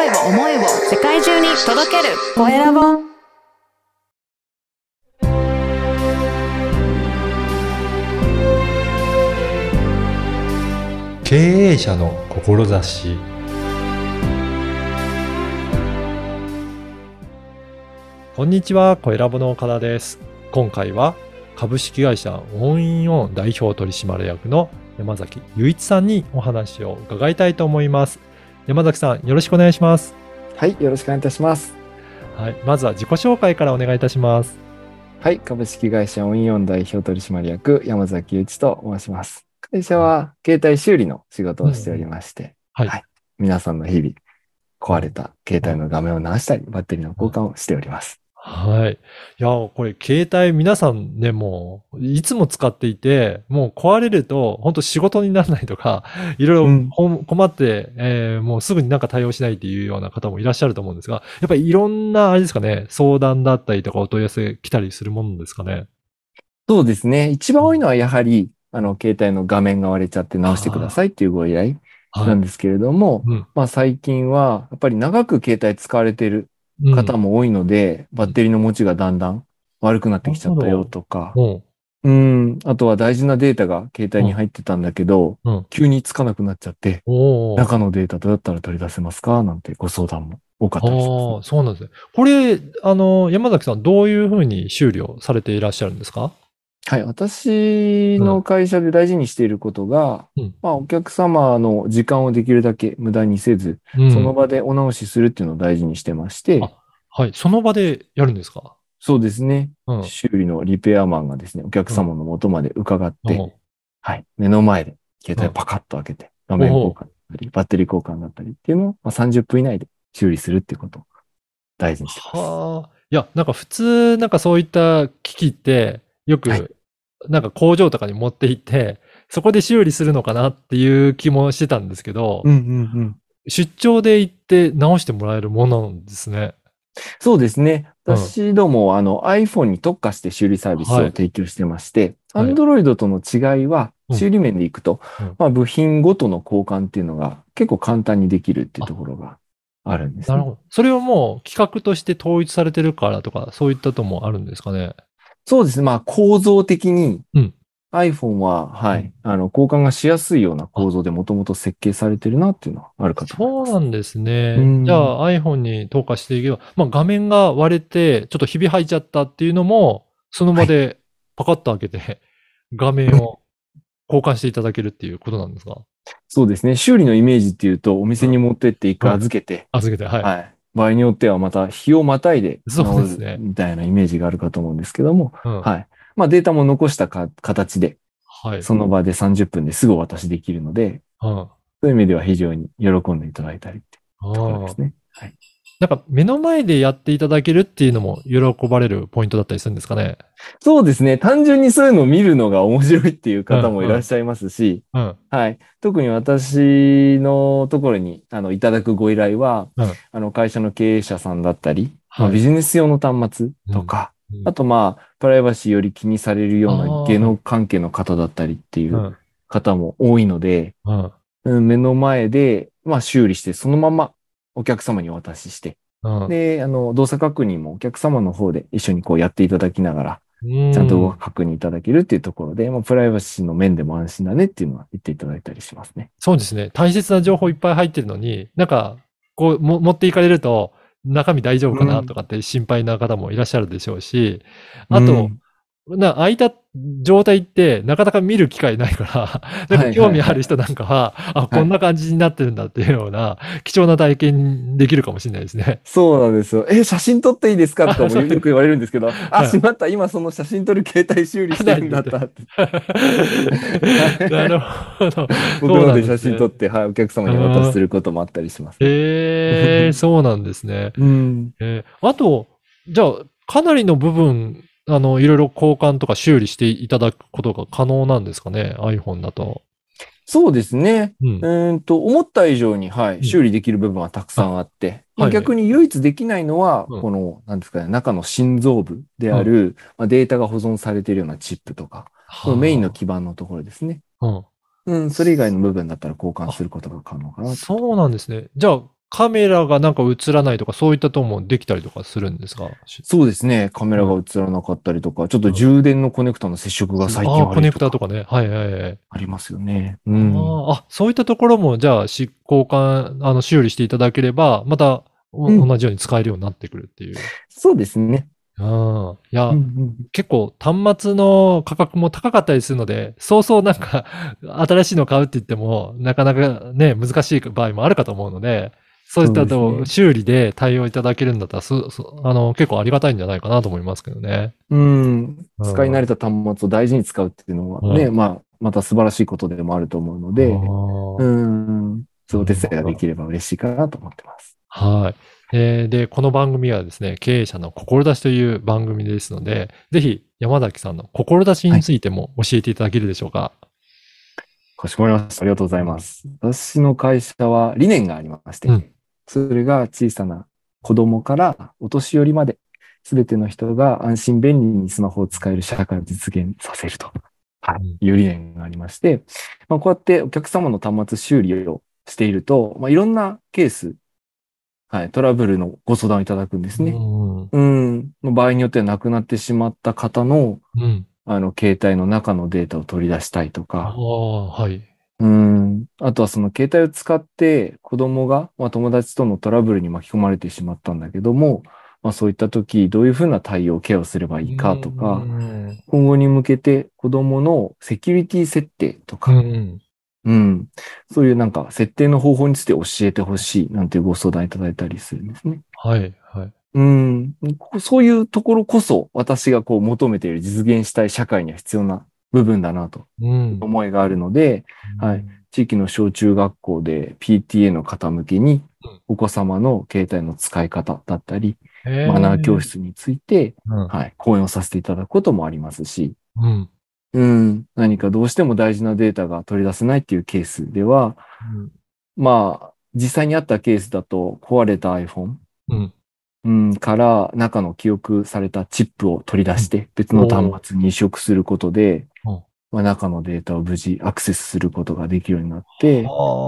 声を世界中に届けるコエラボ。 経営者の志。こんにちは、コエラボの岡田です。今回は株式会社オンインオン代表取締役の山崎雄一さんにお話を伺いたいと思います。山崎さん、よろしくお願いします。 はい、よろしくお願いいたします。 はい、まずは自己紹介からお願いいたします。 はい、株式会社オンインオン代表取締役山崎雄一と申します。会社は携帯修理の仕事をしておりまして、はい、皆さんの日々壊れた携帯の画面を直したり、バッテリーの交換をしております。 はい。いや、これ、携帯皆さんね、もう、いつも使っていて、もう壊れると、本当仕事にならないとか、いろいろ困って、もうすぐになんか対応しないっていうような方もいらっしゃると思うんですが、やっぱりいろんな、あれですかね、相談だったりとかお問い合わせ来たりするものですかね。 そうですね。一番多いのはやはり、携帯の画面が割れちゃって直してくださいっていうご依頼なんですけれども、まあ最近は、やっぱり長く携帯使われている方も多いので、バッテリーの持ちがだんだん悪くなってきちゃったよとか、あとは大事なデータが携帯に入ってたんだけど、急につかなくなっちゃって、中のデータどうやったら取り出せますかなんてご相談も多かったりします。 そうなんですね。これ、山崎さん、どういうふうに修理をされていらっしゃるんですか？ はい、私の会社で大事にしていることが、まあお客様の時間をできるだけ無駄にせず、その場でお直しするっていうのを大事にしてまして、 はい、その場でやるんですか？ そうですね。修理のリペアマンがですね、お客様の元まで伺って、はい、目の前で携帯をパカッと開けて、画面交換だったり、バッテリー交換だったりっていうのを、まあ、30分以内で修理するっていうことを大事にしてます。 いや、なんか普通、なんかそういった機器って、よく、なんか工場とかに持って行って、そこで修理するのかなっていう気もしてたんですけど、出張で行って直してもらえるものなんですね。 そうですね。私どもiPhone に特化して修理サービスを提供してまして、Android との違いは修理面でいくと、まあ、部品ごとの交換っていうのが結構簡単にできるっていうところがあるんですね。 なるほど。それはもう企画として統一されてるからとか、そういったともあるんですかね。 そうですね。まあ構造的に、iPhone は、はい、交換がしやすいような構造でもともと設計されてるなっていうのはあるかと思います。 そうなんですね。じゃあ iPhone に特化していけば、まあ画面が割れて、ちょっとひび入っちゃったっていうのも、その場でパカッと開けて、画面を交換していただけるっていうことなんですか？ そうですね。修理のイメージっていうと、お店に持ってって一回預けて、はい。場合によってはまた日をまたいで直るみたいなイメージがあるかと思うんですけども、はい。まあデータも残した形で、その場で30分ですぐお渡しできるので、そういう意味では非常に喜んでいただいたりってところですね。はい。 なんか目の前でやっていただけるっていうのも喜ばれるポイントだったりするんですかね。 そうですね。単純にそういうのを見るのが面白いっていう方もいらっしゃいますし、はい。特に私のところにいただくご依頼は、会社の経営者さんだったり、ビジネス用の端末とか、あとまあ、プライバシーより気にされるような芸能関係の方だったりっていう方も多いので、目の前で、まあ、修理して、そのままお客様にお渡しして、で、動作確認もお客様の方で一緒にこうやっていただきながら、ちゃんと動作確認いただけるっていうところで、まあ、プライバシーの面でも安心だねっていうのは言っていただいたりしますね。 そうですね。大切な情報いっぱい入ってるのに、なんか、こう、持っていかれると、中身大丈夫かなとかって心配な方もいらっしゃるでしょうし、あと、空いた状態ってなかなか見る機会ないから、なんか興味ある人なんかは、こんな感じになってるんだっていうような貴重な体験できるかもしれないですね。 そうなんですよ。写真撮っていいですかとかもよく言われるんですけど、しまった、今その写真撮る携帯修理してるんだったって。 なるほど。 僕ので写真撮って、はい、お客様にお渡しすることもあったりします。 そうなんですね。あと、じゃあ、かなりの部分、いろいろ交換とか修理していただくことが可能なんですかね、iPhone だと。 そうですね。思った以上に、はい、修理できる部分はたくさんあって、逆に唯一できないのは、この、なんですかね、中の心臓部である、データが保存されているようなチップとか、このメインの基板のところですね。それ以外の部分だったら交換することが可能かなと。 そうなんですね。じゃあ、 カメラがなんか映らないとか、そういったともできたりとかするんですか？ そうですね。カメラが映らなかったりとか、ちょっと充電のコネクタの接触が最近コネク悪いとか。 タとかね。はいはいはい。 ありますよね。うん。 そういったところも、じゃあ、交換、修理していただければ、また、同じように使えるようになってくるっていう。 そうですね。 いや、結構端末の価格も高かったりするので、そうそうなんか、新しいの買うって言っても、なかなかね、難しい場合もあるかと思うので、そういったと、修理で対応いただけるんだったら、結構ありがたいんじゃないかなと思いますけどね。 使い慣れた端末を大事に使うっていうのはね、また素晴らしいことでもあると思うので、そういうお手伝いができれば嬉しいかなと思ってます。 はい。で、この番組はですね、経営者の志という番組ですので、ぜひ山崎さんの志についても教えていただけるでしょうか。 かしこまりました。ありがとうございます。私の会社は理念がありまして、それが小さな子供からお年寄りまで、すべての人が安心便利にスマホを使える社会を実現させると、いう理念がありまして、こうやってお客様の端末修理をしていると、いろんなケース、トラブルのご相談をいただくんですね。場合によっては亡くなってしまった方の、携帯の中のデータを取り出したいとか、あとはその携帯を使って子供が、友達とのトラブルに巻き込まれてしまったんだけども、そういった時どういうふうな対応、ケアをすればいいかとか、今後に向けて子供のセキュリティ設定とか、そういうなんか設定の方法について教えてほしいなんていうご相談いただいたりするんですね。そういうところこそ私がこう求めている実現したい社会には必要な部分だなと思いがあるので、地域の小中学校で PTA の方向けにお子様の携帯の使い方だったり、マナー教室について、講演をさせていただくこともありますし、何かどうしても大事なデータが取り出せないっていうケースでは、実際にあったケースだと壊れた iPhone、から中の記憶されたチップを取り出して別の端末に移植することで、中のデータを無事アクセスすることができるようになって、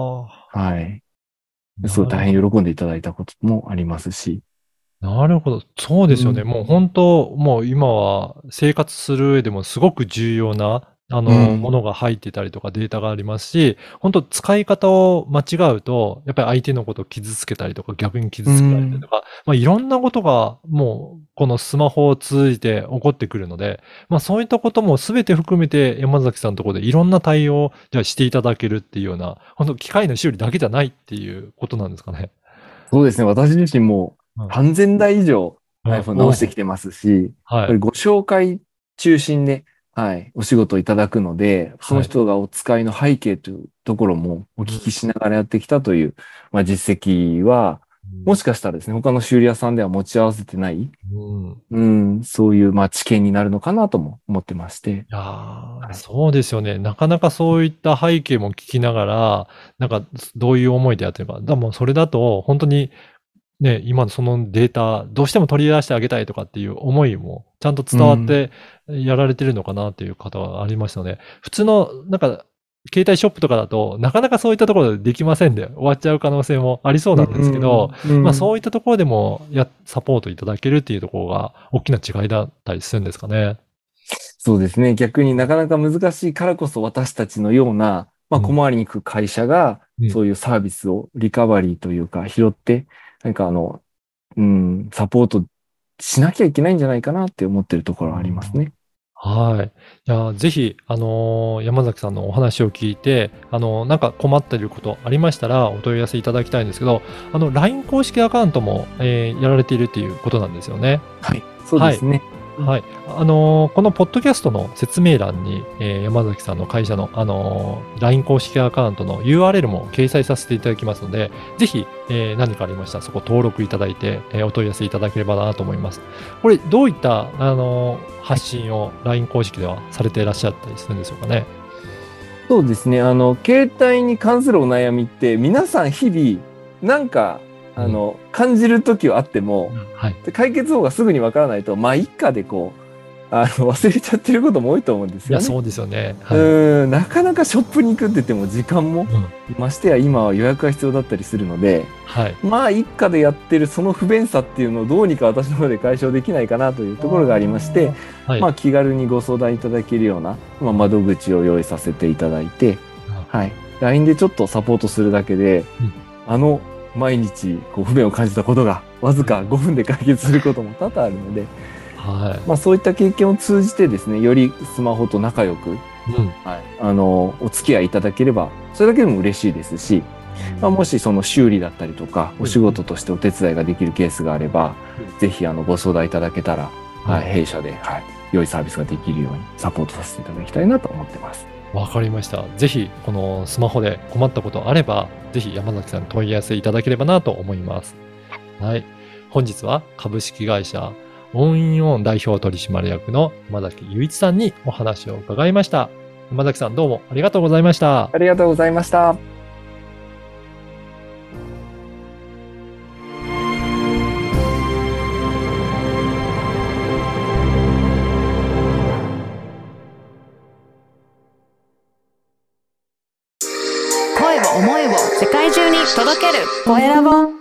すごい大変喜んでいただいたこともありますし。 なるほど。そうですよね。もう本当、もう今は生活する上でもすごく重要な、ものが入ってたりとかデータがありますし、本当使い方を間違うと、やっぱり相手のことを傷つけたりとか、逆に傷つけられたりとか、いろんなことがもうこのスマホを通じて起こってくるので、そういったことも全て含めて山崎さんのところでいろんな対応をじゃあしていただけるっていうような、本当機械の修理だけじゃないっていうことなんですかね。 そうですね。私自身も3000台以上 iPhone 直してきてますし、ご紹介中心で、お仕事いただくので、その人がお使いの背景というところもお聞きしながらやってきたという、実績は、もしかしたらですね、他の修理屋さんでは持ち合わせてない、そういう知見になるのかなとも思ってまして。 そうですよね。なかなかそういった背景も聞きながら、なんかどういう思いでやってるか。もそれだと本当にね、今のそのデータ、どうしても取り出してあげたいとかっていう思いもちゃんと伝わってやられてるのかなっていう方はありましたね。普通の、なんか、携帯ショップとかだと、なかなかそういったところでできませんで終わっちゃう可能性もありそうなんですけど、そういったところでもサポートいただけるっていうところが大きな違いだったりするんですかね。 そうですね。逆になかなか難しいからこそ私たちのような、小回りに行く会社が、そういうサービスをリカバリーというか拾って、サポートしなきゃいけないんじゃないかなって思ってるところはありますね。 じゃあ、ぜひ、山崎さんのお話を聞いて、なんか困っていることありましたら、お問い合わせいただきたいんですけど、LINE 公式アカウントも、やられているっていうことなんですよね。 そうですね。 このポッドキャストの説明欄に、山崎さんの会社の、LINE 公式アカウントの URL も掲載させていただきますので、ぜひ、何かありましたらそこ登録いただいて、お問い合わせいただければなと思います。これ、どういった、発信を LINE 公式ではされていらっしゃったりするんでしょうかね。 そうですね。携帯に関するお悩みって、皆さん日々、なんか、感じるときはあっても、解決法がすぐにわからないと、いっかで忘れちゃってることも多いと思うんですよね。 いや、そうですよね。はい、 なかなかショップに行くって言っても時間も、ましてや今は予約が必要だったりするので、 はい、 まあ一家でやってるその不便さっていうのをどうにか私の方で解消できないかなというところがありまして、 はい、 まあ気軽にご相談いただけるような、まあ、窓口を用意させていただいて、はい、LINE でちょっとサポートするだけで、毎日こう不便を感じたことがわずか5分で解決することも多々あるので、 はい、 まあ、そういった経験を通じてですね、よりスマホと仲良く、はい、お付き合いいただければ、それだけでも嬉しいですし、まあ、もしその修理だったりとか、お仕事としてお手伝いができるケースがあれば、ぜひご相談いただけたら、はい、弊社で、はい、良いサービスができるようにサポートさせていただきたいなと思ってます。 わかりました。ぜひ、このスマホで困ったことあれば、ぜひ山崎さんに問い合わせいただければなと思います。はい。本日は株式会社オンインオン代表取締役の山崎雄一さんにお話を伺いました。山崎さんどうもありがとうございました。 ありがとうございました。 声を思いを世界中に届けるコエラボ。